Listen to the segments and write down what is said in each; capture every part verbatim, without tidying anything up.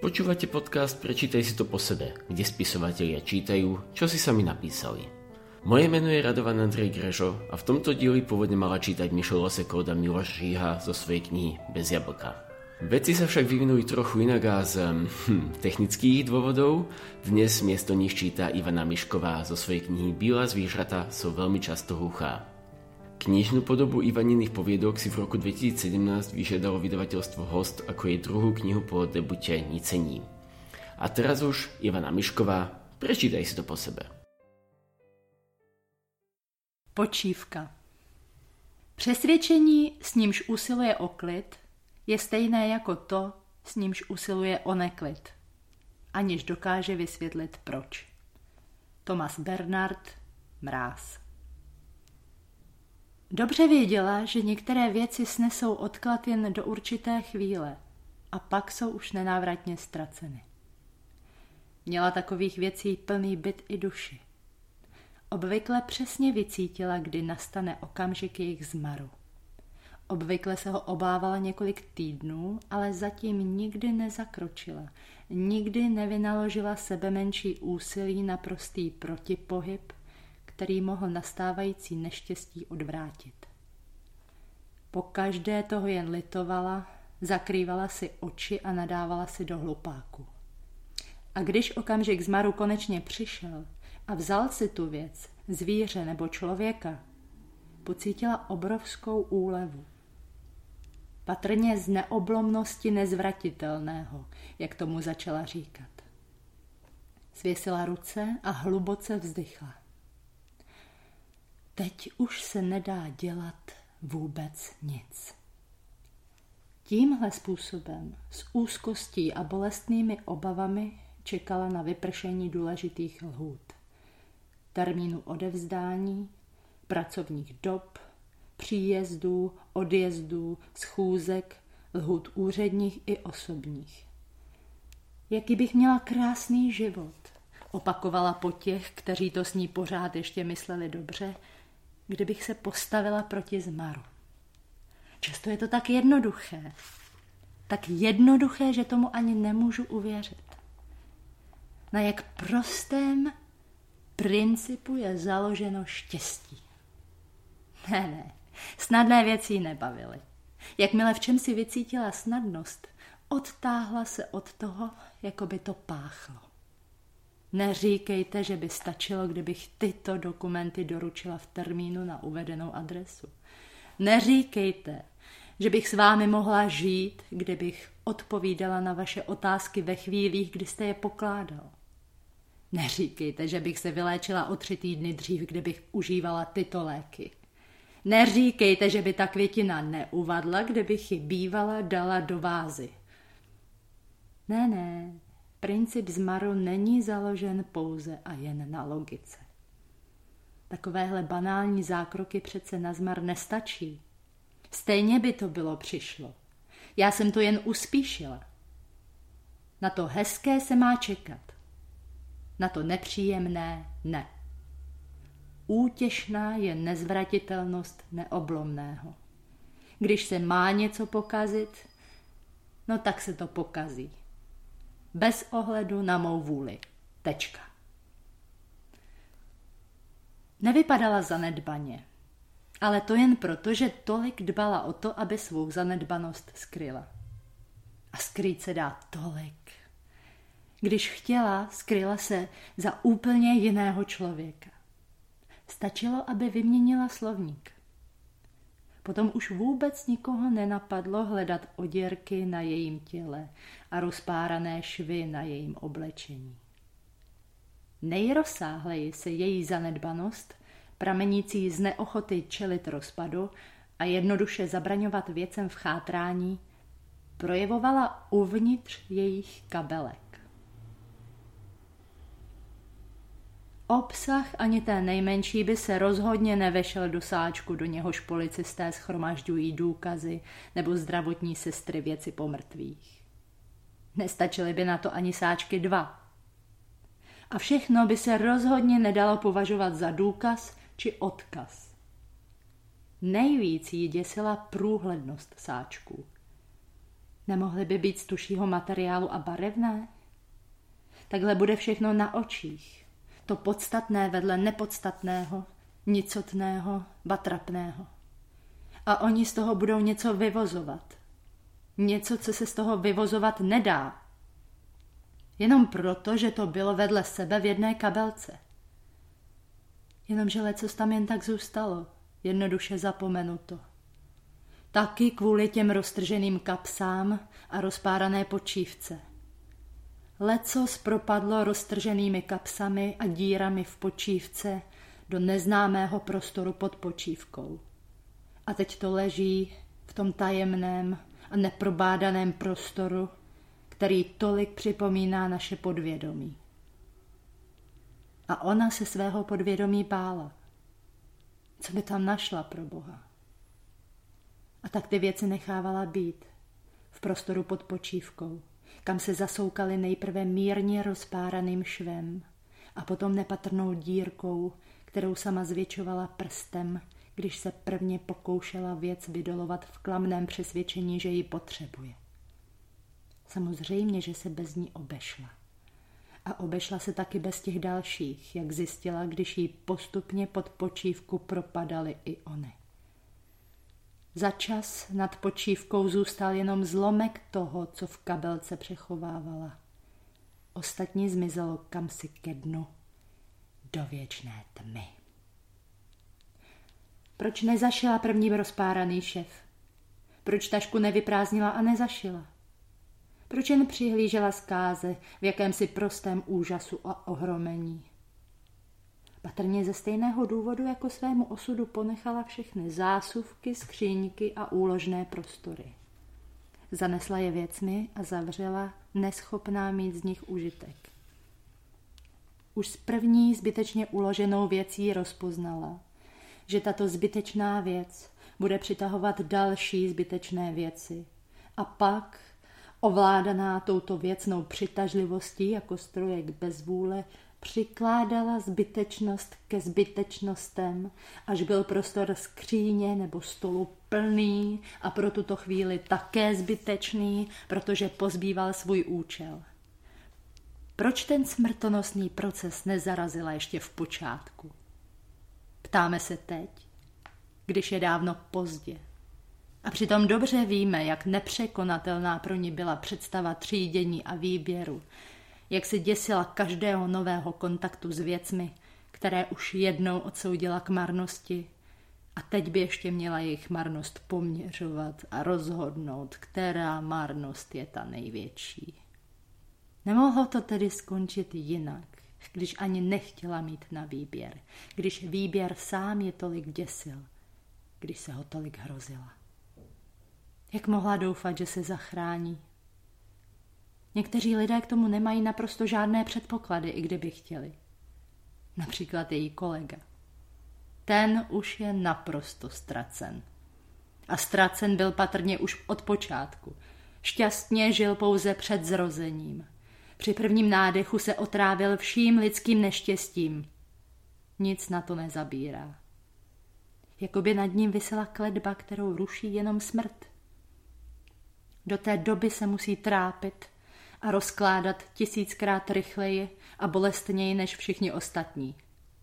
Počúvate podcast Prečítaj si to po sebe, kde spisovatelia čítajú, čo si sami napísali. Moje meno je Radovan Andrej Grežo a v tomto dieli pôvodne mala čítať Mišo Losekov a Miloš Žíha zo svojej knihy Bez jablka. Veci sa však vyvinuli trochu inak a z hm, technických dôvodov. Dnes miesto nich číta Ivana Mišková zo svojej knihy Bílá zvieratá sú veľmi často hluchá. Knižnú podobu Ivaniných poviedok si v roku dvetisícsedemnásť vyžiadalo vydavateľstvo Host ako jej druhú knihu po debute Nicení. A teraz už Ivana Mišková, prečítaj si to po sebe. Počívka. Přesvědčení, s nímž usiluje o klid, je stejné jako to, s nímž usiluje o neklid, aniž dokáže vysvětlit proč. Thomas Bernhard, Mráz. Dobře věděla, že některé věci snesou odklad jen do určité chvíle a pak jsou už nenávratně ztraceny. Měla takových věcí plný byt i duši. Obvykle přesně vycítila, kdy nastane okamžik jejich zmaru. Obvykle se ho obávala několik týdnů, ale zatím nikdy nezakročila, nikdy nevynaložila sebemenší úsilí na prostý protipohyb, který mohl nastávající neštěstí odvrátit. Pokaždé toho jen litovala, zakrývala si oči a nadávala si do hlupáku. A když okamžik zmaru konečně přišel a vzal si tu věc, zvíře nebo člověka, pocítila obrovskou úlevu. Patrně z neoblomnosti nezvratitelného, jak tomu začala říkat. Svěsila ruce a hluboce vzdychla. Teď už se nedá dělat vůbec nic. Tímhle způsobem s úzkostí a bolestnými obavami čekala na vypršení důležitých lhůt. Termínu odevzdání, pracovních dob, příjezdů, odjezdů, schůzek, lhůt úředních i osobních. Jaký bych měla krásný život, opakovala po těch, kteří to s ní pořád ještě mysleli dobře, kdybych se postavila proti zmaru. Často je to tak jednoduché. Tak jednoduché, že tomu ani nemůžu uvěřit. Na jak prostém principu je založeno štěstí. Ne, ne, snadné věci ji nebavily. Jakmile v čem si vycítila snadnost, odtáhla se od toho, jako by to páchlo. Neříkejte, že by stačilo, kdybych tyto dokumenty doručila v termínu na uvedenou adresu. Neříkejte, že bych s vámi mohla žít, kdybych odpovídala na vaše otázky ve chvílích, kdy jste je pokládal. Neříkejte, že bych se vyléčila o tři týdny dřív, kdybych užívala tyto léky. Neříkejte, že by ta květina neuvadla, kdybych ji bývala dala do vázy. Ne, ne. Princip zmaru není založen pouze a jen na logice. Takovéhle banální zákroky přece na zmar nestačí. Stejně by to bylo přišlo. Já jsem to jen uspíšila. Na to hezké se má čekat. Na to nepříjemné ne. Útěšná je nezvratitelnost neoblomného. Když se má něco pokazit, no tak se to pokazí. Bez ohledu na mou vůli. Tečka. Nevypadala zanedbaně, ale to jen proto, že tolik dbala o to, aby svou zanedbanost skryla. A skrýt se dá tolik. Když chtěla, skryla se za úplně jiného člověka. Stačilo, aby vyměnila slovník. Potom už vůbec nikoho nenapadlo hledat oděrky na jejím těle a rozpárané švy na jejím oblečení. Nejrozsáhleji se její zanedbanost, pramenící z neochoty čelit rozpadu a jednoduše zabraňovat věcem v chátrání, projevovala uvnitř jejich kabelek. Obsah ani ten nejmenší by se rozhodně nevešel do sáčku, do něhož policisté shromažďují důkazy nebo zdravotní sestry věci po mrtvých. Nestačily by na to ani sáčky dva. A všechno by se rozhodně nedalo považovat za důkaz či odkaz. Nejvíc jí děsila průhlednost sáčků. Nemohly by být z tušího materiálu a barevné? Takhle bude všechno na očích. To podstatné vedle nepodstatného, nicotného, batrapného. A oni z toho budou něco vyvozovat. Něco, co se z toho vyvozovat nedá. Jenom proto, že to bylo vedle sebe v jedné kabelce. Jenomže lecos tam jen tak zůstalo, jednoduše zapomenuto. Taky kvůli těm roztrženým kapsám a rozpárané počívce. Lecos propadlo roztrženými kapsami a dírami v počívce do neznámého prostoru pod počívkou. A teď to leží v tom tajemném a neprobádaném prostoru, který tolik připomíná naše podvědomí. A ona se svého podvědomí bála. Co by tam našla, pro Boha? A tak ty věci nechávala být v prostoru pod počívkou, kam se zasoukaly nejprve mírně rozpáraným švem a potom nepatrnou dírkou, kterou sama zvětšovala prstem, když se prvně pokoušela věc vydolovat v klamném přesvědčení, že ji potřebuje. Samozřejmě, že se bez ní obešla. A obešla se taky bez těch dalších, jak zjistila, když jí postupně pod počívku propadaly i ony. Za čas nad počívkou zůstal jenom zlomek toho, co v kabelce přechovávala. Ostatní zmizelo kamsi ke dnu, do věčné tmy. Proč nezašila první rozpáraný šev? Proč tašku nevyprázdnila a nezašila? Proč jen přihlížela zkáze v jakémsi prostém úžasu a ohromení? Patrně ze stejného důvodu jako svému osudu ponechala všechny zásuvky, skříňky a úložné prostory. Zanesla je věcmi a zavřela, neschopná mít z nich užitek. Už s první zbytečně uloženou věcí rozpoznala, že tato zbytečná věc bude přitahovat další zbytečné věci. A pak, ovládaná touto věcnou přitažlivostí jako strojek bez vůle, přikládala zbytečnost ke zbytečnostem, až byl prostor skříně nebo stolu plný a pro tuto chvíli také zbytečný, protože pozbýval svůj účel. Proč ten smrtonosný proces nezarazila ještě v počátku? Ptáme se teď, když je dávno pozdě. A přitom dobře víme, jak nepřekonatelná pro ní byla představa třídění a výběru, jak se děsila každého nového kontaktu s věcmi, které už jednou odsoudila k marnosti, a teď by ještě měla jejich marnost poměřovat a rozhodnout, která marnost je ta největší. Nemohlo to tedy skončit jinak, když ani nechtěla mít na výběr, když výběr sám je tolik děsil, když se ho tolik hrozila. Jak mohla doufat, že se zachrání? Někteří lidé k tomu nemají naprosto žádné předpoklady, i kdyby chtěli. Například její kolega. Ten už je naprosto ztracen. A ztracen byl patrně už od počátku. Šťastně žil pouze před zrozením. Při prvním nádechu se otrávil vším lidským neštěstím. Nic na to nezabírá. Jakoby nad ním visela kletba, kterou ruší jenom smrt. Do té doby se musí trápit a rozkládat tisíckrát rychleji a bolestněji než všichni ostatní.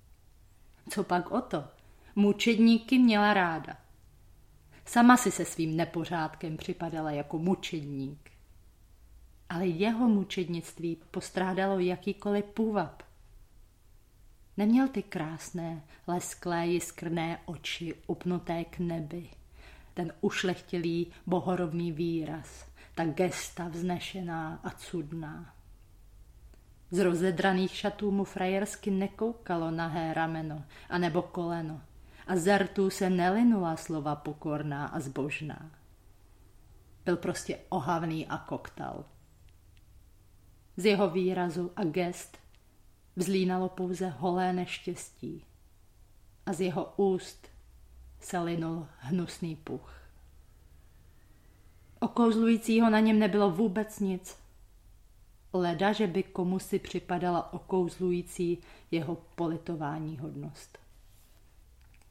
Co pak o to? Mučedníky měla ráda. Sama si se svým nepořádkem připadala jako mučedník. Ale jeho mučednictví postrádalo jakýkoliv půvab. Neměl ty krásné, lesklé, jiskrné oči upnuté k nebi, ten ušlechtilý, bohorovný výraz, ta gesta vznešená a cudná. Z rozedraných šatů mu frajersky nekoukalo nahé rameno anebo koleno a z rtů se nelinula slova pokorná a zbožná. Byl prostě ohavný a koktal. Z jeho výrazu a gest vzlínalo pouze holé neštěstí a z jeho úst se linul hnusný puch. Okouzlujícího na něm nebylo vůbec nic. Leda, že by komu si připadala okouzlující jeho politování hodnost.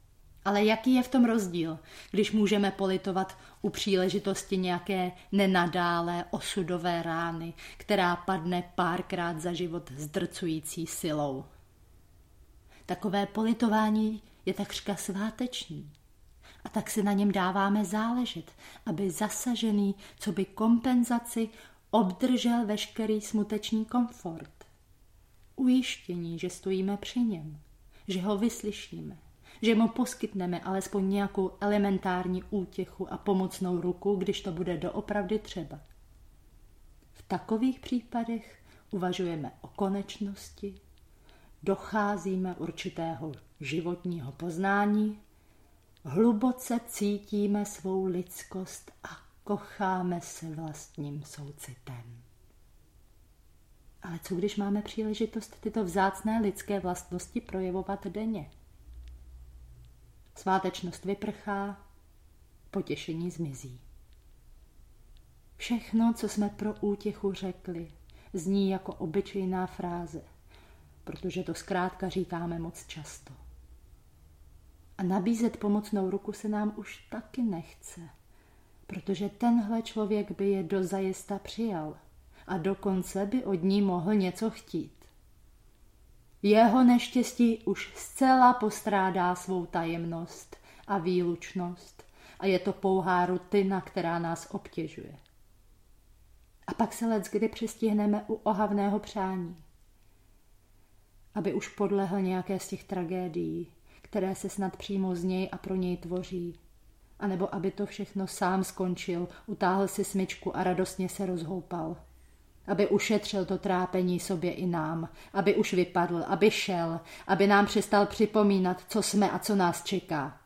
Ale jaký je v tom rozdíl, když můžeme politovat u příležitosti nějaké nenadálé osudové rány, která padne párkrát za život zdrcující silou? Takové politování je takřka sváteční. A tak si na něm dáváme záležet, aby zasažený, co by kompenzaci, obdržel veškerý smuteční komfort. Ujištění, že stojíme při něm, že ho vyslyšíme, že mu poskytneme alespoň nějakou elementární útěchu a pomocnou ruku, když to bude doopravdy třeba. V takových případech uvažujeme o konečnosti, docházíme určitého životního poznání, hluboce cítíme svou lidskost a kocháme se vlastním soucitem. Ale co když máme příležitost tyto vzácné lidské vlastnosti projevovat denně? Svátečnost vyprchá, potěšení zmizí. Všechno, co jsme pro útěchu řekli, zní jako obyčejná fráze, protože to zkrátka říkáme moc často. A nabízet pomocnou ruku se nám už taky nechce, protože tenhle člověk by je dozajista přijal a dokonce by od ní mohl něco chtít. Jeho neštěstí už zcela postrádá svou tajemnost a výlučnost a je to pouhá rutina, která nás obtěžuje. A pak se leckdy přistihneme u ohavného přání, aby už podlehl nějaké z těch tragédií, které se snad přímo z něj a pro něj tvoří, anebo aby to všechno sám skončil, utáhl si smyčku a radostně se rozhoupal. Aby ušetřil to trápení sobě i nám, aby už vypadl, aby šel, aby nám přestal připomínat, co jsme a co nás čeká.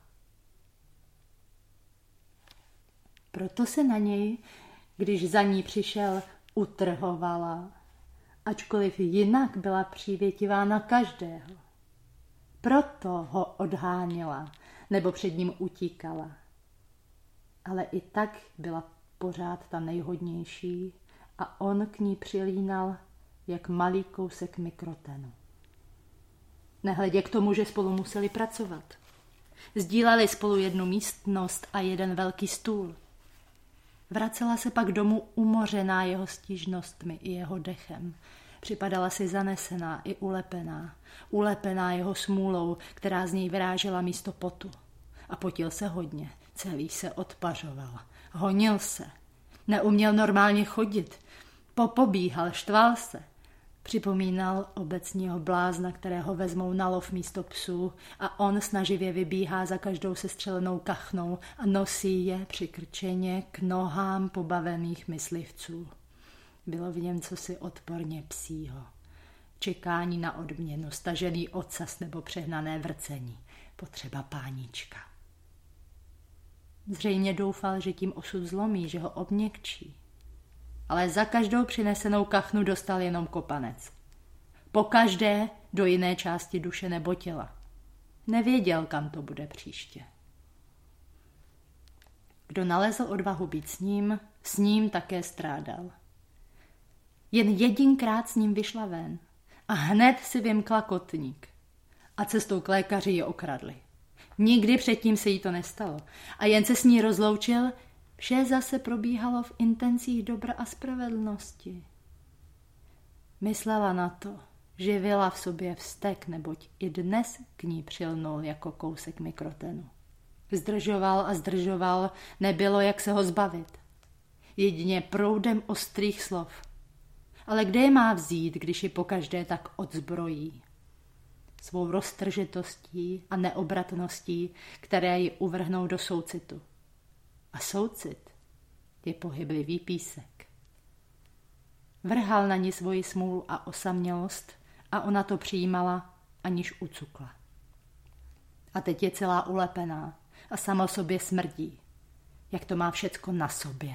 Proto se na něj, když za ní přišel, utrhovala, ačkoliv jinak byla přívětivá na každého. Proto ho odháněla, nebo před ním utíkala. Ale i tak byla pořád ta nejhodnější a on k ní přilínal jak malý kousek mikrotenu. Nehledě k tomu, že spolu museli pracovat. Sdíleli spolu jednu místnost a jeden velký stůl. Vracela se pak domů umořená jeho stížnostmi i jeho dechem. Připadala si zanesená i ulepená. Ulepená jeho smůlou, která z něj vyrážela místo potu. A potil se hodně, celý se odpařoval. Honil se. Neuměl normálně chodit. Popobíhal, štval se. Připomínal obecního blázna, kterého vezmou na lov místo psů a on snaživě vybíhá za každou sestřelenou kachnou a nosí je přikrčeně k nohám pobavených myslivců. Bylo v něm cosi odporně psího. Čekání na odměnu, stažený ocas nebo přehnané vrcení. Potřeba páníčka. Zřejmě doufal, že tím osud zlomí, že ho obměkčí. Ale za každou přinesenou kachnu dostal jenom kopanec. Pokaždé do jiné části duše nebo těla. Nevěděl, kam to bude příště. Kdo nalezl odvahu být s ním, s ním také strádal. Jen jedinkrát s ním vyšla ven a hned si vymkla kotník. A cestou k lékaři ji okradli. Nikdy předtím se jí to nestalo. A jen se s ní rozloučil, vše zase probíhalo v intencích dobra a spravedlnosti. Myslela na to, živila v sobě vztek, neboť i dnes k ní přilnul jako kousek mikrotenu. Zdržoval a zdržoval, nebylo jak se ho zbavit. Jedině proudem ostrých slov. Ale kde je má vzít, když ji pokaždé tak odzbrojí? Svou roztržitostí a neobratností, které ji uvrhnou do soucitu. A soucit je pohyblivý písek. Vrhal na ní svoji smůlu a osamělost a ona to přijímala, aniž ucukla. A teď je celá ulepená a sama sobě smrdí, jak to má všecko na sobě.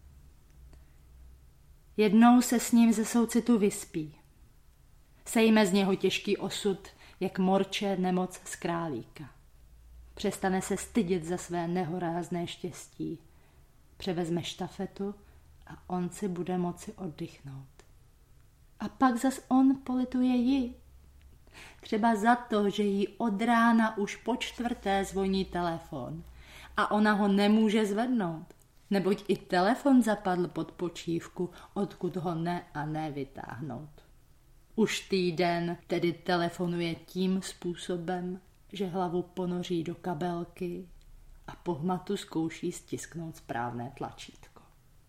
Jednou se s ním ze soucitu vyspí. Sejme z něho těžký osud, jak morče nemoc z králíka. Přestane se stydět za své nehorázné štěstí. Převezme štafetu a on si bude moci oddychnout. A pak zas on polituje ji. Třeba za to, že jí od rána už po čtvrté zvoní telefon a ona ho nemůže zvednout, neboť i telefon zapadl pod počívku, odkud ho ne a ne vytáhnout. Už týden tedy telefonuje tím způsobem, že hlavu ponoří do kabelky a po hmatu zkouší stisknout správné tlačítko.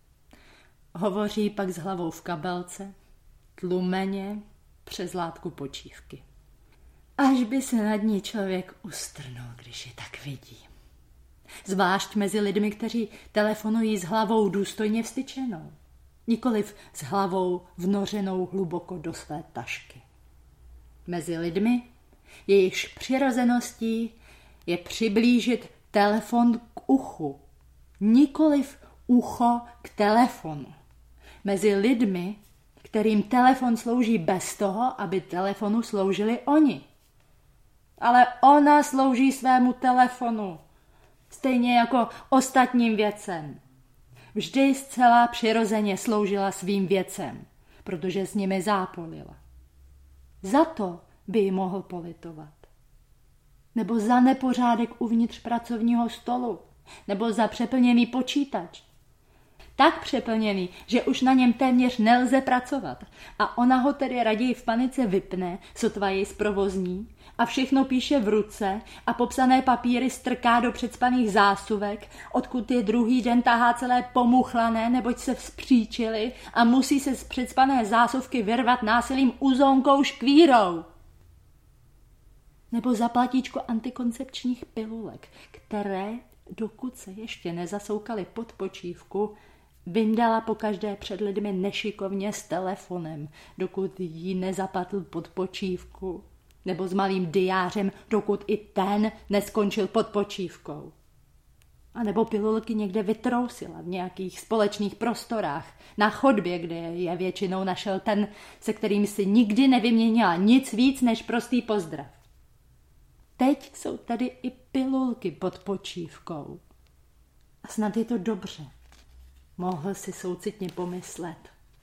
Hovoří pak s hlavou v kabelce, tlumeně přes látku počívky. Až by se nad ní člověk ustrnul, když je tak vidí. Zvlášť mezi lidmi, kteří telefonují s hlavou důstojně vstyčenou, nikoliv s hlavou vnořenou hluboko do své tašky. Mezi lidmi, jejichž přirozeností je přiblížit telefon k uchu, nikoliv ucho k telefonu. Mezi lidmi, kterým telefon slouží bez toho, aby telefonu sloužili oni. Ale ona slouží svému telefonu, stejně jako ostatním věcem. Vždy zcela přirozeně sloužila svým věcem, protože s nimi zápolila. Za to by ji mohl politovat. Nebo za nepořádek uvnitř pracovního stolu, nebo za přeplněný počítač. Tak přeplněný, že už na něm téměř nelze pracovat a ona ho tedy raději v panice vypne, sotva jej zprovozní a všechno píše v ruce a popsané papíry strká do předspaných zásuvek, odkud je druhý den tahá celé pomuchlané, neboť se vzpříčily a musí se z předspané zásuvky vyrvat násilím uzonkou škvírou. Nebo za platíčko antikoncepčních pilulek, které, dokud se ještě nezasoukaly pod počívku, vyndala pokaždé před lidmi nešikovně s telefonem, dokud jí nezapadl pod počívku, nebo s malým diářem, dokud i ten neskončil pod počívkou. A nebo pilulky někde vytrousila v nějakých společných prostorách, na chodbě, kde je většinou našel ten, se kterým si nikdy nevyměnila nic víc než prostý pozdrav. Teď jsou tady i pilulky pod počívkou. A snad je to dobře. Mohl si soucitně pomyslet.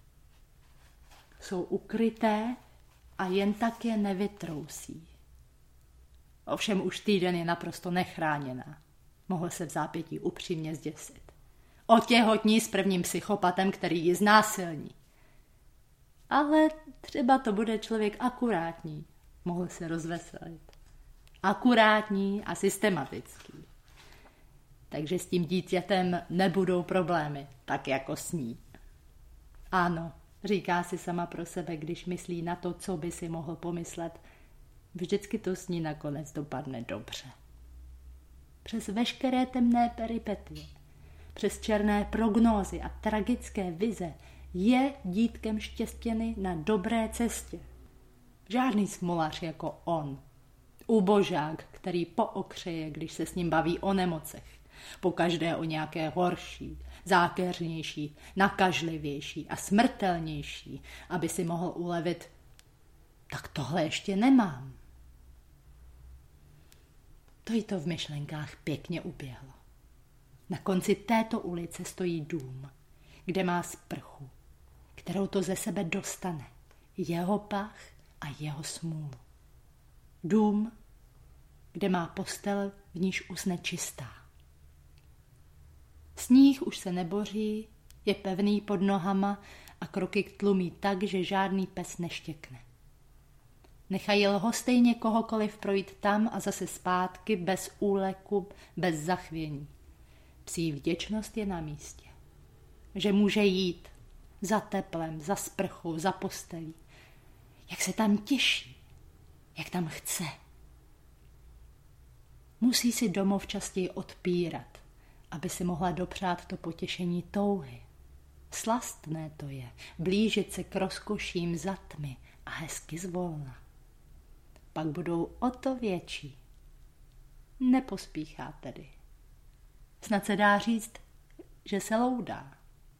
Jsou ukryté a jen tak je nevytrousí. Ovšem už týden je naprosto nechráněná. Mohl se v zápětí upřímně zděsit. Otěhotní s prvním psychopatem, který ji znásilní. Ale třeba to bude člověk akurátní. Mohl se rozveselit. Akurátní a systematický. Takže s tím dítětem nebudou problémy, tak jako s ní. Ano, říká si sama pro sebe, když myslí na to, co by si mohl pomyslet. Vždycky to s ní nakonec dopadne dobře. Přes veškeré temné peripetie, přes černé prognózy a tragické vize je dítkem štěstěny na dobré cestě. Žádný smolař jako on. Ubožák, který pookřeje, když se s ním baví o nemocech. Pokaždé o nějaké horší, zákeřnější, nakažlivější a smrtelnější, aby si mohl ulevit. Tak tohle ještě nemám. To jí to v myšlenkách pěkně uběhlo. Na konci této ulice stojí dům, kde má sprchu, kterou to ze sebe dostane, jeho pach a jeho smůlu. Dům, kde má postel, v níž usne čistá. Sníh už se neboří, je pevný pod nohama a kroky tlumí tak, že žádný pes neštěkne. Nechají lhostejně kohokoliv projít tam a zase zpátky, bez úleku, bez zachvění. Psí vděčnost je na místě. Že může jít za teplem, za sprchou, za postelí. Jak se tam těší, jak tam chce. Musí si domov častěji odpírat, aby si mohla dopřát to potěšení touhy. Slastné to je, blížit se k rozkoším za tmy a hezky zvolna. Pak budou o to větší. Nepospíchá tedy. Snad se dá říct, že se loudá.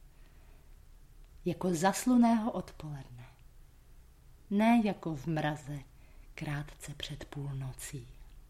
Jako zaslunného odpoledne. Ne jako v mraze, krátce před půlnocí.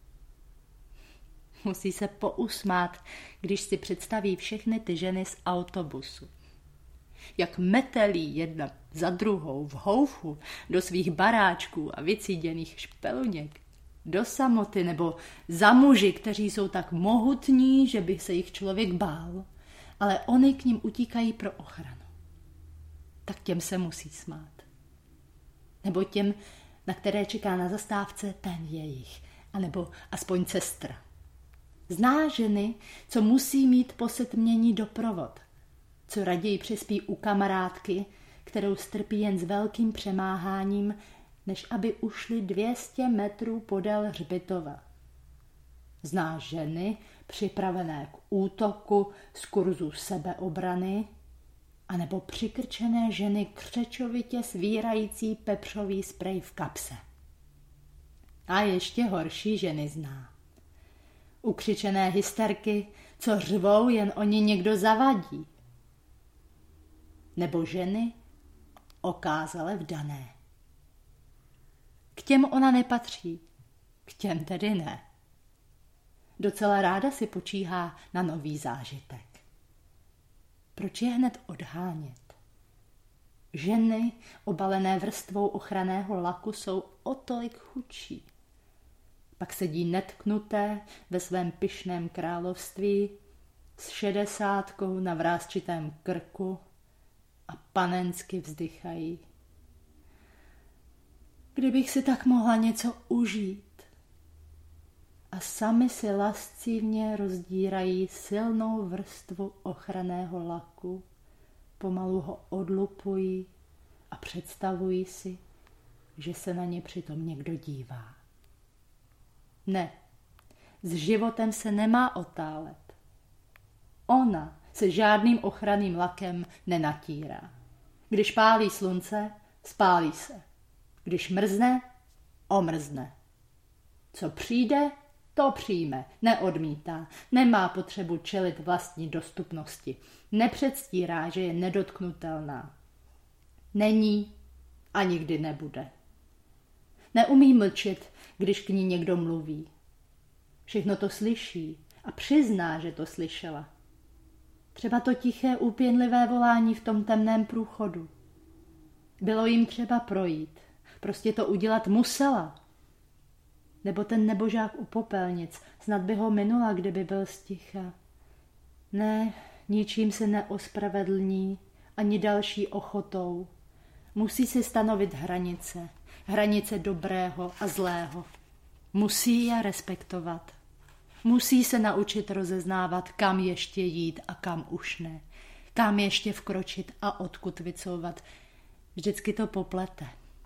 Musí se pousmát, když si představí všechny ty ženy z autobusu. Jak metelí jedna za druhou v houfu do svých baráčků a vycíděných špeluněk, do samoty nebo za muži, kteří jsou tak mohutní, že by se jich člověk bál, ale oni k ním utíkají pro ochranu. Tak těm se musí smát. Nebo těm, na které čeká na zastávce ten jejich, anebo aspoň sestra. Zná ženy, co musí mít po setmění doprovod, co raději přespí u kamarádky, kterou strpí jen s velkým přemáháním, než aby ušli dvě stě metrů podél hřbitova. Zná ženy, připravené k útoku z kurzu sebeobrany, anebo přikrčené ženy křečovitě svírající pepřový sprej v kapse. A ještě horší ženy zná. Ukřičené hysterky, co řvou, jen o ně někdo zavadí. Nebo ženy okázale vdané. K těm ona nepatří, k těm tedy ne. Docela ráda si počíhá na nový zážitek. Proč je hned odhánět? Ženy obalené vrstvou ochranného laku jsou o tolik chudší. Pak sedí netknuté ve svém pyšném království s šedesátkou na vrásčitém krku a panensky vzdychají. Kdybych si tak mohla něco užít. A sami si lascivně rozdírají silnou vrstvu ochranného laku, pomalu ho odlupují a představují si, že se na ně přitom někdo dívá. Ne, s životem se nemá otálet. Ona se žádným ochranným lakem nenatírá. Když pálí slunce, spálí se. Když mrzne, omrzne. Co přijde, to přijme, neodmítá, nemá potřebu čelit vlastní dostupnosti, nepředstírá, že je nedotknutelná. Není a nikdy nebude. Neumí mlčet, když k ní někdo mluví. Všechno to slyší a přizná, že to slyšela. Třeba to tiché, úpěnlivé volání v tom temném průchodu. Bylo jim třeba projít, prostě to udělat musela. Nebo ten nebožák u popelnic, snad by ho minula, kdyby byl sticha. Ne, ničím se neospravedlní, ani další ochotou. Musí si stanovit hranice, hranice dobrého a zlého. Musí je respektovat. Musí se naučit rozeznávat, kam ještě jít a kam už ne. Kam ještě vkročit a odkud vycouvat. Vždycky to poplete.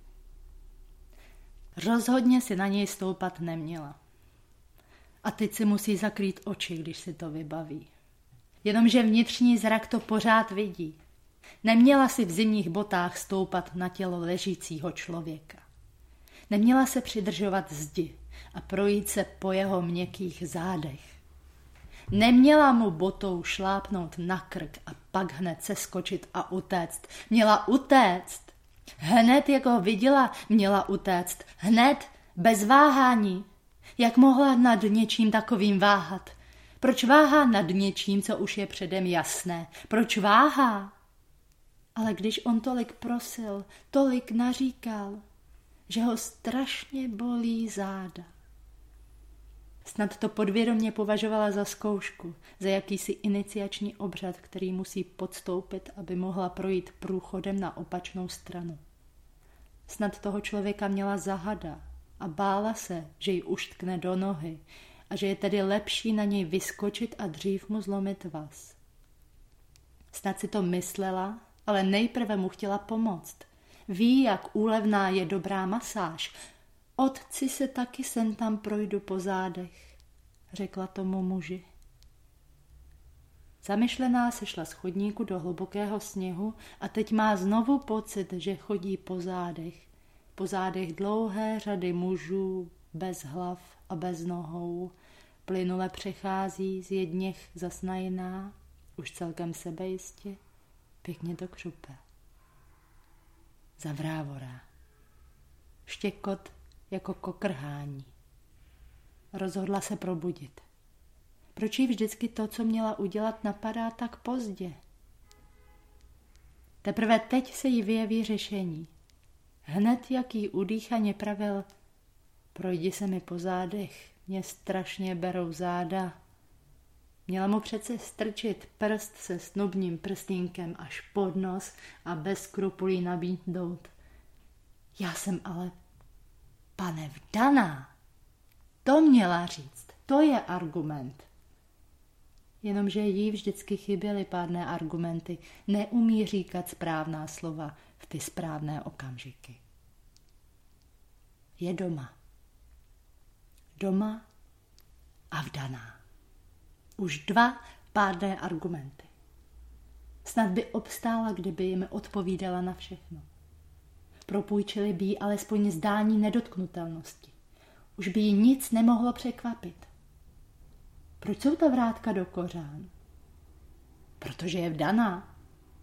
Rozhodně si na něj stoupat neměla. A teď si musí zakrýt oči, když si to vybaví. Jenomže vnitřní zrak to pořád vidí. Neměla si v zimních botách stoupat na tělo ležícího člověka. Neměla se přidržovat zdi a projít se po jeho měkkých zádech. Neměla mu botou šlápnout na krk a pak hned seskočit a utéct. Měla utéct. Hned, jak ho viděla, měla utéct. Hned, bez váhání. Jak mohla nad něčím takovým váhat? Proč váhá nad něčím, co už je předem jasné? Proč váhá? Ale když on tolik prosil, tolik naříkal, že ho strašně bolí záda. Snad to podvědomě považovala za zkoušku, za jakýsi iniciační obřad, který musí podstoupit, aby mohla projít průchodem na opačnou stranu. Snad toho člověka měla zahada a bála se, že ji uštkne do nohy a že je tedy lepší na něj vyskočit a dřív mu zlomit vaz. Snad si to myslela, ale nejprve mu chtěla pomoct. Ví, jak úlevná je dobrá masáž. Otci se taky sem tam projdu po zádech, řekla tomu muži. Zamyšlená se šla z chodníku do hlubokého sněhu a teď má znovu pocit, že chodí po zádech. Po zádech dlouhé řady mužů, bez hlav a bez nohou. Plynule přechází z jedněch zas na jiná, už celkem sebejistě, pěkně to křupe. Zavrávorá. Štěkot jako kokrhání. Rozhodla se probudit. Proč jí vždycky to, co měla udělat, napadá tak pozdě? Teprve teď se jí vyjeví řešení. Hned jak jí udýchaně pravil, projdi se mi po zádech, mě strašně berou záda. Měla mu přece strčit prst se snubním prstínkem až pod nos a bez skrupulí nabídnout. Já jsem ale, pane, vdaná. To měla říct, to je argument. Jenomže jí vždycky chyběly pádné argumenty, neumí říkat správná slova v ty správné okamžiky. Je doma. Doma a vdaná. Už dva pádné argumenty. Snad by obstála, kdyby jim odpovídala na všechno. Propůjčili by jí alespoň zdání nedotknutelnosti. Už by jí nic nemohlo překvapit. Proč jsou ta vrátka do kořán? Protože je vdaná.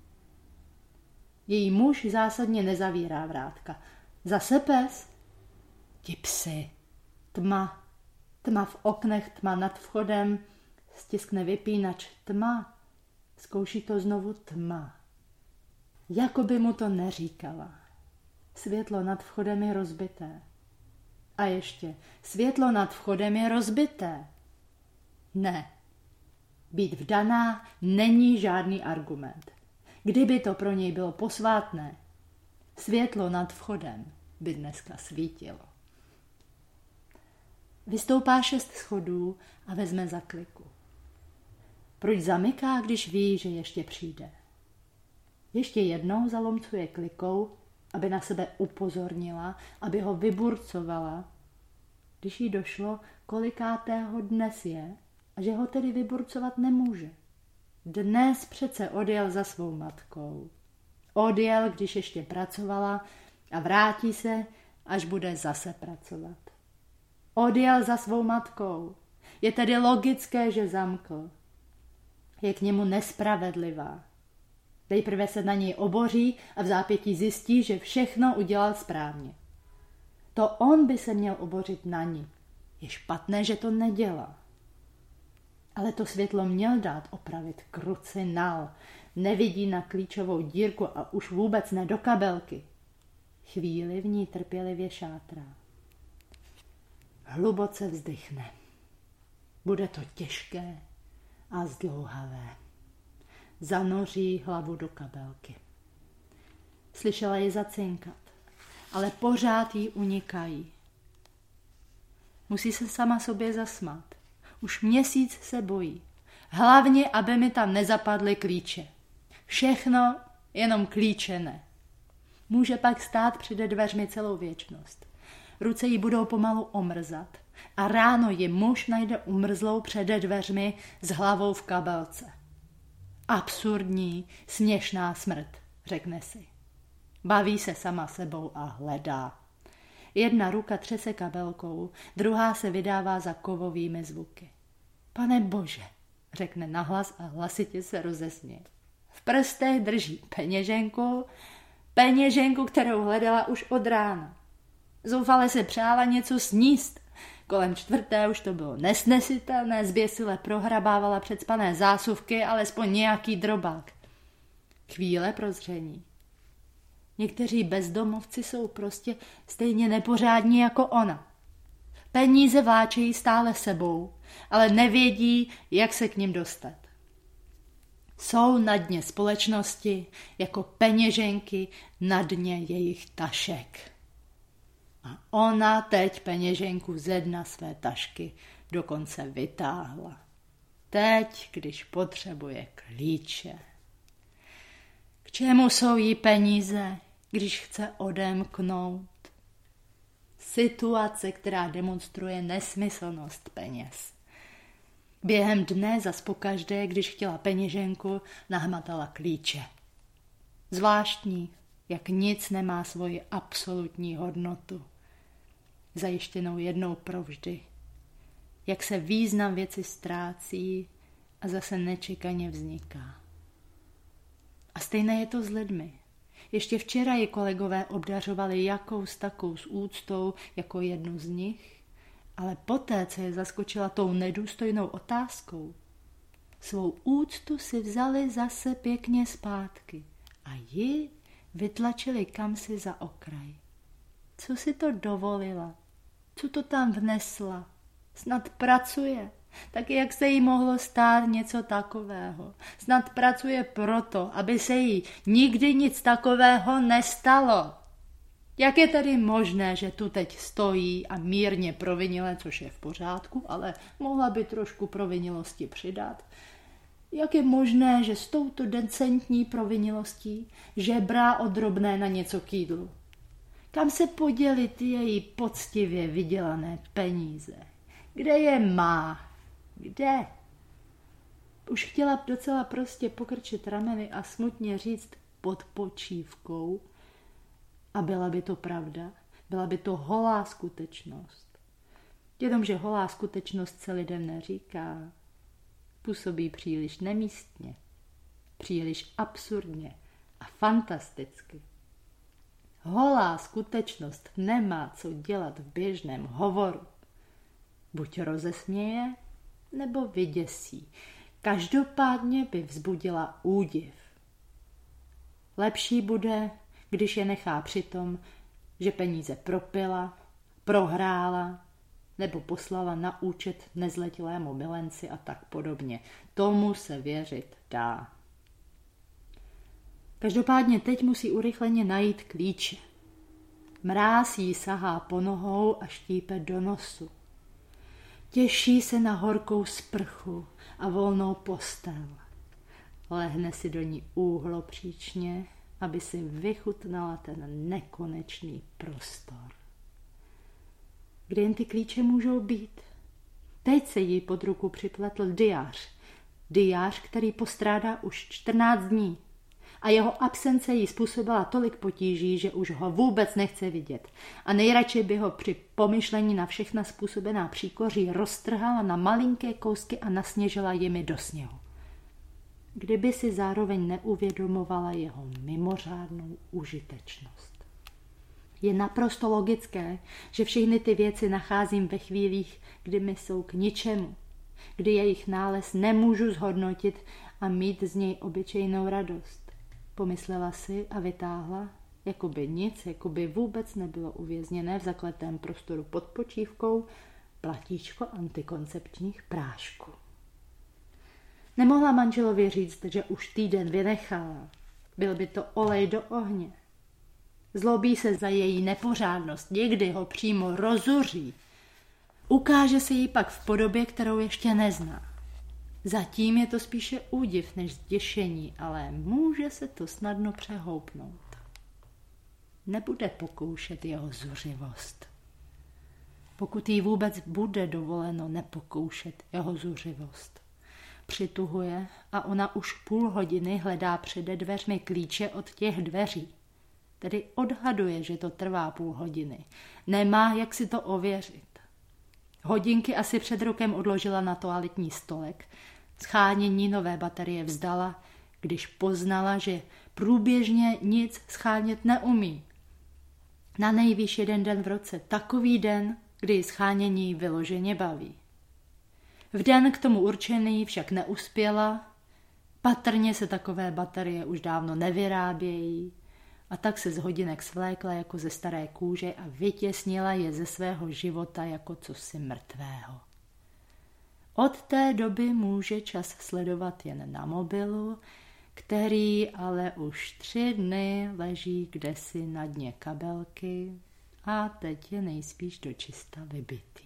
Její muž zásadně nezavírá vrátka. Zase pes? Ti psy. Tma. Tma v oknech, tma nad vchodem. Stiskne vypínač. Tma. Zkouší to znovu tma. Jako by mu to neříkala. Světlo nad vchodem je rozbité. A ještě, světlo nad vchodem je rozbité. Ne. Být vdaná není žádný argument. Kdyby to pro něj bylo posvátné, světlo nad vchodem by dneska svítilo. Vystoupá šest schodů a vezme za kliku. Proč zamyká, když ví, že ještě přijde? Ještě jednou zalomcuje klikou, aby na sebe upozornila, aby ho vyburcovala, když jí došlo, kolikátého dnes je a že ho tedy vyburcovat nemůže. Dnes přece odjel za svou matkou. Odjel, když ještě pracovala a vrátí se, až bude zase pracovat. Odjel za svou matkou. Je tedy logické, že zamkl. Je k němu nespravedlivá. Nejprve se na něj oboří a v zápětí zjistí, že všechno udělal správně. To on by se měl obořit na ní. Je špatné, že to nedělá. Ale to světlo měl dát opravit krucinál. Nevidí na klíčovou dírku a už vůbec ne do kabelky. Chvíli v ní trpělivě šátrá. Hluboce vzdychne. Bude to těžké a zdlouhavé. Zanoří hlavu do kabelky. Slyšela ji zacinkat, ale pořád jí unikají. Musí se sama sobě zasmát. Už měsíc se bojí. Hlavně, aby mi tam nezapadly klíče. Všechno, jenom klíče ne. Může pak stát před dveřmi celou věčnost. Ruce jí budou pomalu omrzat a ráno ji muž najde umrzlou před dveřmi s hlavou v kabelce. Absurdní, směšná smrt, řekne si. Baví se sama sebou a hledá. Jedna ruka třese kabelkou, druhá se vydává za kovovými zvuky. Pane Bože, řekne nahlas a hlasitě se rozesměje. V prstech drží peněženku, peněženku, kterou hledala už od rána. Zoufale se přála něco sníst. Kolem čtvrté už to bylo nesnesitelné, zběsile prohrabávala předspané zásuvky, alespoň nějaký drobák. Chvíle prozření. Někteří bezdomovci jsou prostě stejně nepořádní jako ona. Peníze vláčejí stále sebou, ale nevědí, jak se k nim dostat. Jsou na dně společnosti jako peněženky na dně jejich tašek. A ona teď peněženku ze dna své tašky dokonce vytáhla. Teď, když potřebuje klíče. K čemu jsou jí peníze, když chce odemknout? Situace, která demonstruje nesmyslnost peněz. Během dne zas pokaždé, když chtěla peněženku, nahmatala klíče. Zvláštní, jak nic nemá svoji absolutní hodnotu. Zajištěnou jednou provždy. Jak se význam věci ztrácí a zase nečekaně vzniká. A stejné je to s lidmi. Ještě včera ji kolegové obdařovali jakou s takou s úctou jako jednu z nich, ale poté, co je zaskočila tou nedůstojnou otázkou, svou úctu si vzali zase pěkně zpátky a ji vytlačili kamsi za okraj. Co si to dovolila? Co to tam vnesla? Snad pracuje. Tak jak se jí mohlo stát něco takového? Snad pracuje proto, aby se jí nikdy nic takového nestalo. Jak je tedy možné, že tu teď stojí a mírně provinile, což je v pořádku, ale mohla by trošku provinilosti přidat? Jak je možné, že s touto decentní provinilostí žebrá o drobné na něco k jídlu? Kam se poděly ty její poctivě vydělané peníze? Kde je má? Kde? Už chtěla docela prostě pokrčit rameny a smutně říct pod počívkou. A byla by to pravda, byla by to holá skutečnost. Jenomže holá skutečnost se lidem neříká. Působí příliš nemístně, příliš absurdně a fantasticky. Holá skutečnost nemá co dělat v běžném hovoru. Buď rozesměje, nebo vyděsí. Každopádně by vzbudila údiv. Lepší bude, když je nechá při tom, že peníze propila, prohrála nebo poslala na účet nezletilému milenci a tak podobně. Tomu se věřit dá. Každopádně teď musí urychleně najít klíče. Mráz jí sahá po nohou a štípe do nosu. Těší se na horkou sprchu a volnou postel. Lehne si do ní úhlopříčně, aby si vychutnala ten nekonečný prostor. Kde jen ty klíče můžou být? Teď se jí pod ruku připletl diář. Diář, který postrádá už čtrnáct dní. A jeho absence jí způsobila tolik potíží, že už ho vůbec nechce vidět. A nejradši by ho při pomyšlení na všechna způsobená příkoří roztrhala na malinké kousky a nasněžila jimi do sněhu. Kdyby si zároveň neuvědomovala jeho mimořádnou užitečnost. Je naprosto logické, že všechny ty věci nacházím ve chvílích, kdy mi jsou k ničemu, kdy jejich nález nemůžu zhodnotit a mít z něj obyčejnou radost. Pomyslela si a vytáhla, jako by nic, jako by vůbec nebylo uvězněné v zakletém prostoru pod počívkou, platíčko antikoncepčních prášků. Nemohla manželovi říct, že už týden vynechala. Byl by to olej do ohně. Zlobí se za její nepořádnost, někdy ho přímo rozuří. Ukáže se jí pak v podobě, kterou ještě nezná. Zatím je to spíše údiv než zděšení, ale může se to snadno přehoupnout. Nebude pokoušet jeho zuřivost. Pokud jí vůbec bude dovoleno nepokoušet jeho zuřivost. Přituhuje a ona už půl hodiny hledá přede dveřmi klíče od těch dveří. Tedy odhaduje, že to trvá půl hodiny. Nemá, jak si to ověřit. Hodinky asi před rokem odložila na toaletní stolek. Schánění nové baterie vzdala, když poznala, že průběžně nic schánět neumí. Na nejvýš jeden den v roce, takový den, kdy schánění vyloženě baví. V den k tomu určený však neuspěla, patrně se takové baterie už dávno nevyrábějí a tak se z hodinek svlékla jako ze staré kůže a vytěsnila je ze svého života jako cosi mrtvého. Od té doby může čas sledovat jen na mobilu, který ale už tři dny leží kdesi na dně kabelky a teď je nejspíš dočista vybitý.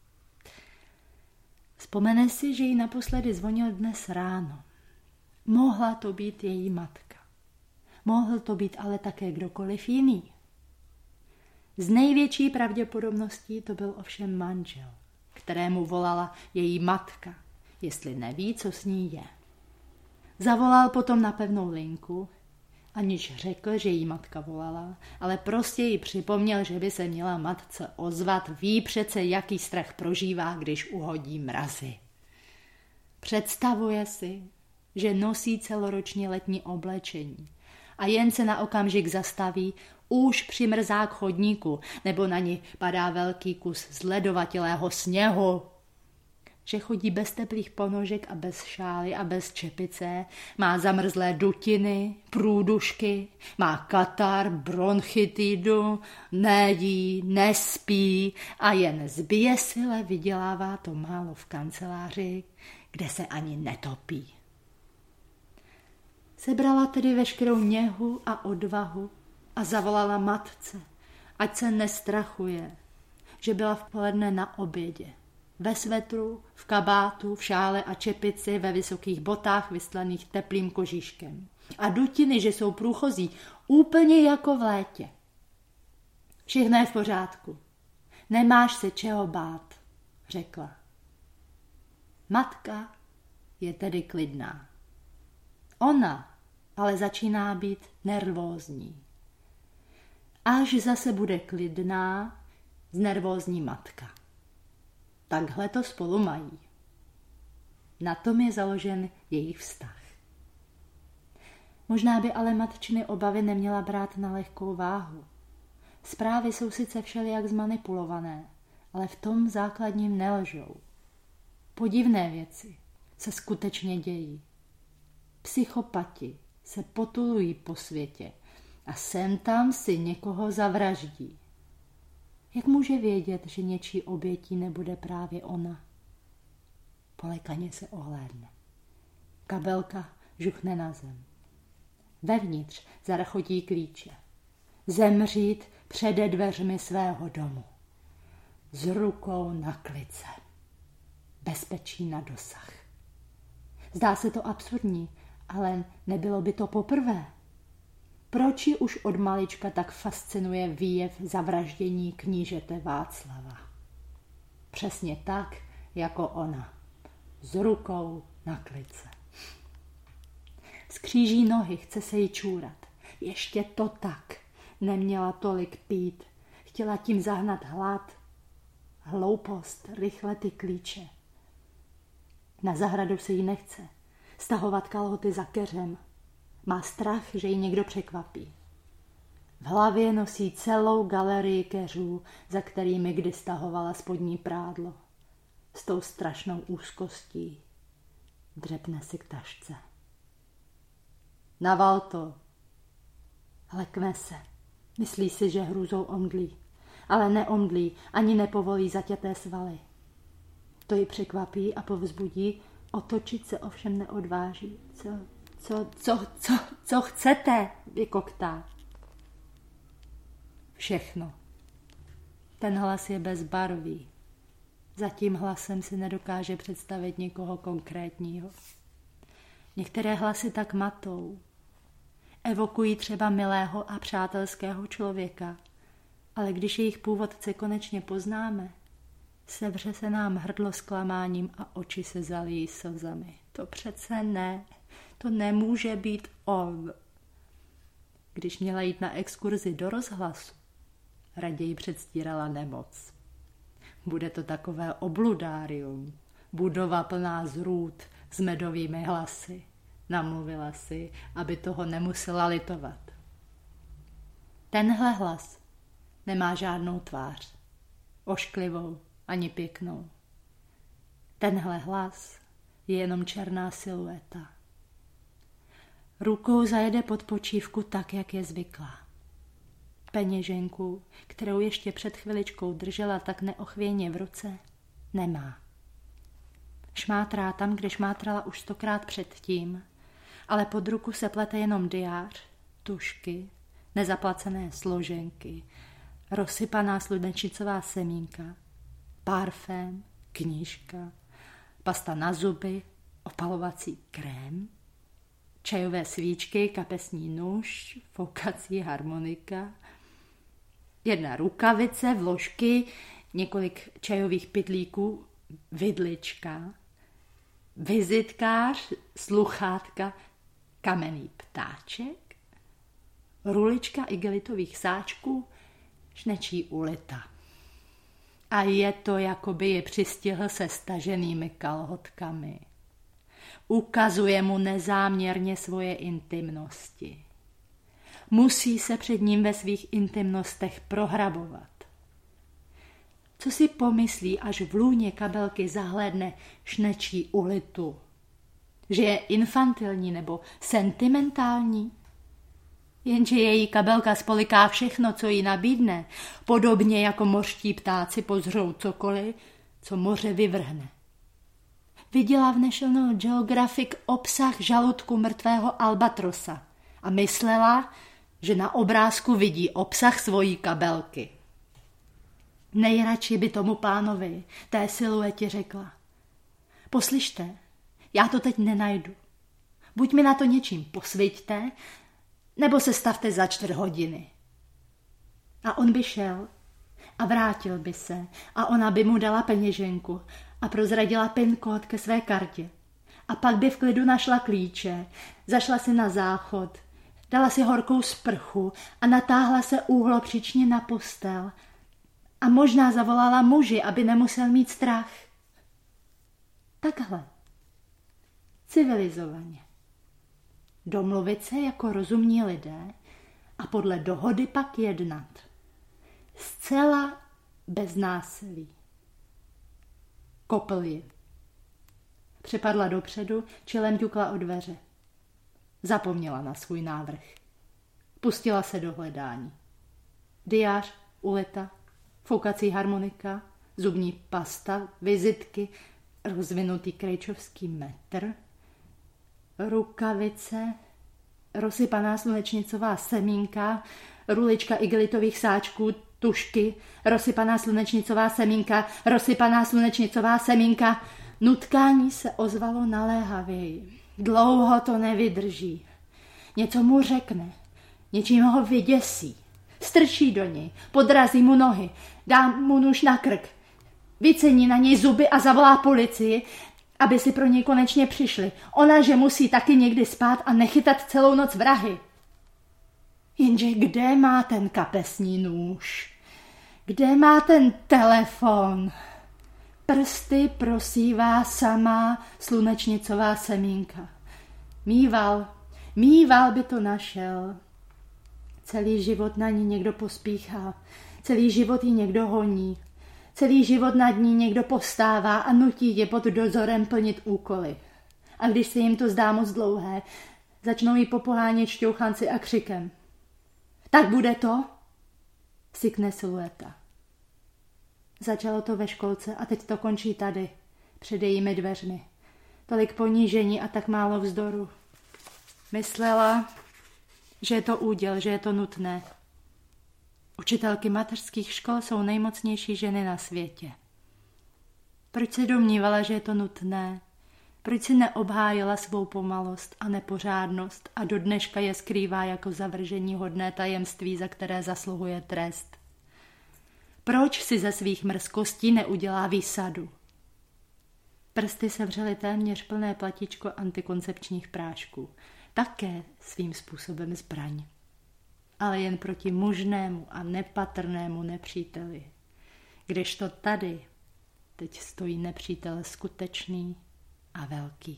Vzpomene si, že jí naposledy zvonil dnes ráno. Mohla to být její matka. Mohl to být ale také kdokoliv jiný. Z největší pravděpodobností to byl ovšem manžel, kterému volala její matka, jestli neví, co s ní je. Zavolal potom na pevnou linku, aniž řekl, že jí matka volala, ale prostě jí připomněl, že by se měla matce ozvat, ví přece, jaký strach prožívá, když uhodí mrazy. Představuje si, že nosí celoročně letní oblečení a jen se na okamžik zastaví, už přimrzá k chodníku, nebo na ní padá velký kus zledovatělého sněhu. že chodí bez teplých ponožek a bez šály a bez čepice, má zamrzlé dutiny, průdušky, má katar, bronchitidu, nejí, nespí a jen zběsile vydělává to málo v kanceláři, kde se ani netopí. Sebrala tedy veškerou něhu a odvahu a zavolala matce, ať se nestrachuje, že byla v poledne na obědě. Ve svetru, v kabátu, v šále a čepici, ve vysokých botách vystlaných teplým kožíškem. A dutiny, že jsou průchozí, úplně jako v létě. Všechno je v pořádku. Nemáš se čeho bát, řekla. Matka je tedy klidná. Ona ale začíná být nervózní. Až zase bude klidná, znervózní matka. Takhle to spolu mají. Na tom je založen jejich vztah. Možná by ale matčiny obavy neměla brát na lehkou váhu. Zprávy jsou sice všelijak zmanipulované, ale v tom základním nelžou. Podivné věci se skutečně dějí. Psychopati se potulují po světě a sem tam si někoho zavraždí. Jak může vědět, že něčí obětí nebude právě ona? Polekaně se ohlédne. Kabelka žuchne na zem. Vevnitř zarachotí klíče. Zemřít přede dveřmi svého domu. S rukou na klice. Bezpečí na dosah. Zdá se to absurdní, ale nebylo by to poprvé. Proč ji už od malička tak fascinuje výjev zavraždění knížete Václava? Přesně tak, jako ona. S rukou na klice. Skříží nohy, chce se jí čůrat. Ještě to tak. Neměla tolik pít. Chtěla tím zahnat hlad. Hloupost, rychle ty klíče. Na zahradu se jí nechce. Stahovat kalhoty za keřem. Má strach, že ji někdo překvapí. V hlavě nosí celou galerii keřů, za kterými kdy stahovala spodní prádlo. S tou strašnou úzkostí dřepne si k tašce. Naval to. Lekne se. Myslí si, že hrůzou omdlí. Ale neomdlí, ani nepovolí zaťaté svaly. To ji překvapí a povzbudí, otočit se ovšem neodváží. Co, co, co, co, co chcete, vykoktá. Všechno. Ten hlas je bezbarvý. Za tím hlasem si nedokáže představit někoho konkrétního. Některé hlasy tak matou. Evokují třeba milého a přátelského člověka, ale když jejich původce konečně poznáme, sevře se nám hrdlo zklamáním a oči se zalijí slzami. To přece ne, to nemůže být on. Když měla jít na exkurzi do rozhlasu, raději předstírala nemoc. Bude to takové obludárium, budova plná zrůd s medovými hlasy. Namluvila si, aby toho nemusela litovat. Tenhle hlas nemá žádnou tvář, ošklivou ani pěknou. Tenhle hlas je jenom černá silueta. Rukou zajede pod počívku tak, jak je zvyklá. Peněženku, kterou ještě před chviličkou držela tak neochvějně v ruce, nemá. Šmátrá tam, kde šmátrala už stokrát předtím, ale pod ruku se plete jenom diář, tušky, nezaplacené složenky, rozsypaná slunečnicová semínka, parfém, knížka, pasta na zuby, opalovací krém, čajové svíčky, kapesní nůž, foukací harmonika, jedna rukavice, vložky, několik čajových pytlíků, vidlička, vizitkář, sluchátka, kamenný ptáček, rulička igelitových sáčků, šnečí ulita. A je to, jako by je přistihl se staženými kalhotkami. Ukazuje mu nezáměrně svoje intimnosti. Musí se před ním ve svých intimnostech prohrabovat. Co si pomyslí, až v lůně kabelky zahlédne šnečí ulitu? Že je infantilní nebo sentimentální? Jenže její kabelka spoliká všechno, co jí nabídne, podobně jako mořští ptáci pozřou cokoliv, co moře vyvrhne. Viděla v National Geographic obsah žaludku mrtvého albatrosa a myslela, že na obrázku vidí obsah svojí kabelky. Nejradši by tomu pánovi, té siluetě řekla: poslyšte, já to teď nenajdu. Buď mi na to něčím posviťte, nebo se stavte za čtvrt hodiny. A on by šel a vrátil by se a ona by mu dala peněženku a prozradila pin kód ke své kartě. A pak by v klidu našla klíče, zašla si na záchod, dala si horkou sprchu a natáhla se úhlopříčně na postel a možná zavolala muži, aby nemusel mít strach. Takhle. Civilizovaně. Domluvit se jako rozumní lidé a podle dohody pak jednat. Zcela bez násilí. Kopl ji. Připadla dopředu, čelem ťukla o dveře. Zapomněla na svůj návrh. Pustila se do hledání. Diář, ulita, foukací harmonika, zubní pasta, vizitky, rozvinutý krejčovský metr, rukavice, rozsypaná slunečnicová semínka, rulička igelitových sáčků, tušky, rozsypaná slunečnicová semínka, rozsypaná slunečnicová semínka. Nutkání se ozvalo naléhavěji. Dlouho to nevydrží. Něco mu řekne, něčím ho vyděsí. Strčí do něj, podrazí mu nohy, dá mu nůž na krk, vycení na něj zuby a zavolá policii, aby si pro něj konečně přišli. Ona, že musí taky někdy spát a nechytat celou noc vrahy. Jenže kde má ten kapesní nůž? Kde má ten telefon? Prsty prosívá samá slunečnicová semínka. Mýval, mýval by to našel. Celý život na ní někdo pospíchá, celý život ji někdo honí, celý život nad ní někdo postává a nutí je pod dozorem plnit úkoly. A když se jim to zdá moc dlouhé, začnou jí popohánět šťouchanci a křikem. Tak bude to? Sykne silueta. Začalo to ve školce a teď to končí tady, před jejími dveřmi. Tolik ponížení a tak málo vzdoru. Myslela, že je to úděl, že je to nutné. Učitelky mateřských škol jsou nejmocnější ženy na světě. Proč se domnívala, že je to nutné? Proč si neobhájila svou pomalost a nepořádnost a do dneška je skrývá jako zavržení hodné tajemství, za které zasluhuje trest? Proč si ze svých mrzkostí neudělá výsadu? Prsty sevřely téměř plné platičko antikoncepčních prášků. Také svým způsobem zbraň. Ale jen proti možnému a nepatrnému nepříteli. Kdežto tady teď stojí nepřítel skutečný a velký.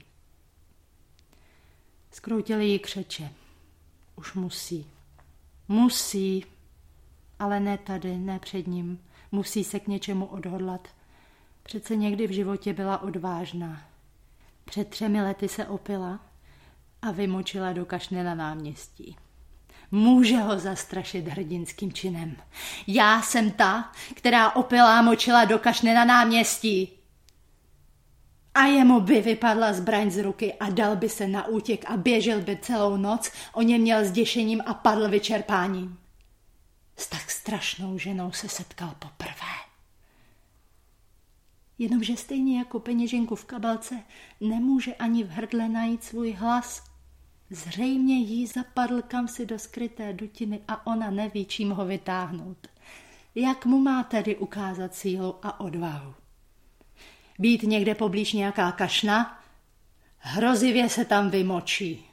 Skroutili jí křeče. Už musí. Musí. Ale ne tady, ne před ním. Musí se k něčemu odhodlat. Přece někdy v životě byla odvážná. Před třemi lety se opila a vymočila do kašny na náměstí. Může ho zastrašit hrdinským činem. Já jsem ta, která opilá močila do kašny na náměstí. A jemu by vypadla zbraň z ruky a dal by se na útěk a běžel by celou noc, o něm měl zděšením a padl vyčerpáním. S tak strašnou ženou se setkal poprvé. Jenomže stejně jako peněženku v kabelce nemůže ani v hrdle najít svůj hlas. Zřejmě jí zapadl kamsi do skryté dutiny a ona neví, čím ho vytáhnout. Jak mu má tedy ukázat sílu a odvahu? Být někde poblíž nějaká kašna? Hrozivě se tam vymočí.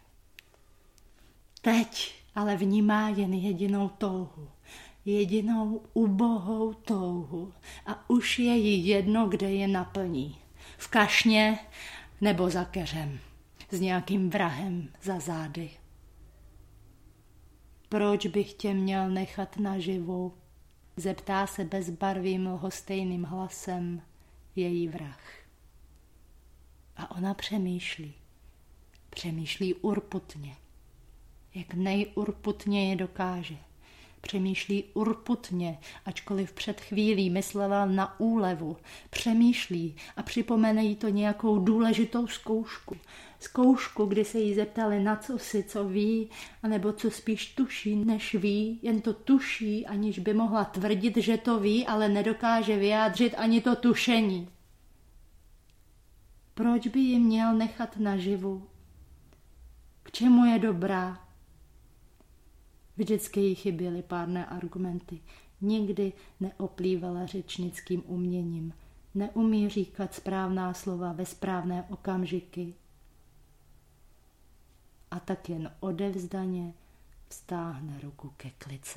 Teď ale vnímá jen jedinou touhu. Jedinou ubohou touhu. A už je jí jedno, kde je naplní. V kašně nebo za keřem. S nějakým vrahem za zády. Proč bych tě měl nechat naživu? Zeptá se bezbarvým lhostejným hlasem její vrah. A ona přemýšlí. Přemýšlí urputně. Jak nejurputněji dokáže. Přemýšlí urputně, ačkoliv před chvílí myslela na úlevu. Přemýšlí a připomene jí to nějakou důležitou zkoušku. Zkoušku, kdy se jí zeptali na co si, co ví, anebo co spíš tuší, než ví, jen to tuší, aniž by mohla tvrdit, že to ví, ale nedokáže vyjádřit ani to tušení. Proč by ji měl nechat naživu? K čemu je dobrá? Vždycky jí chyběly pádné argumenty. Nikdy neoplývala řečnickým uměním. Neumí říkat správná slova ve správné okamžiky. A tak jen odevzdaně vztáhne ruku ke klice.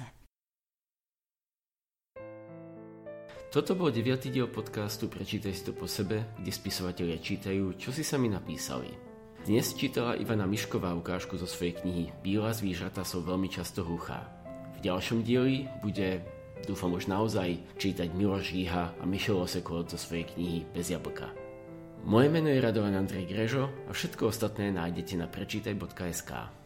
Toto bol deviatý diel podcastu Prečítaj si to po sebe, kde spisovatelia čítajú, čo si sami napísali. Dnes čítala Ivana Mišková ukážku zo svojej knihy Bílá zvířata sú veľmi často hluchá. V ďalšom dieli bude, dúfam už naozaj, čítať Miloš Žíha a Mišo Loseko zo svojej knihy Bez jablka. Moje meno je Radovan Andrej Grežo a všetko ostatné nájdete na prečítaj bodka es ká.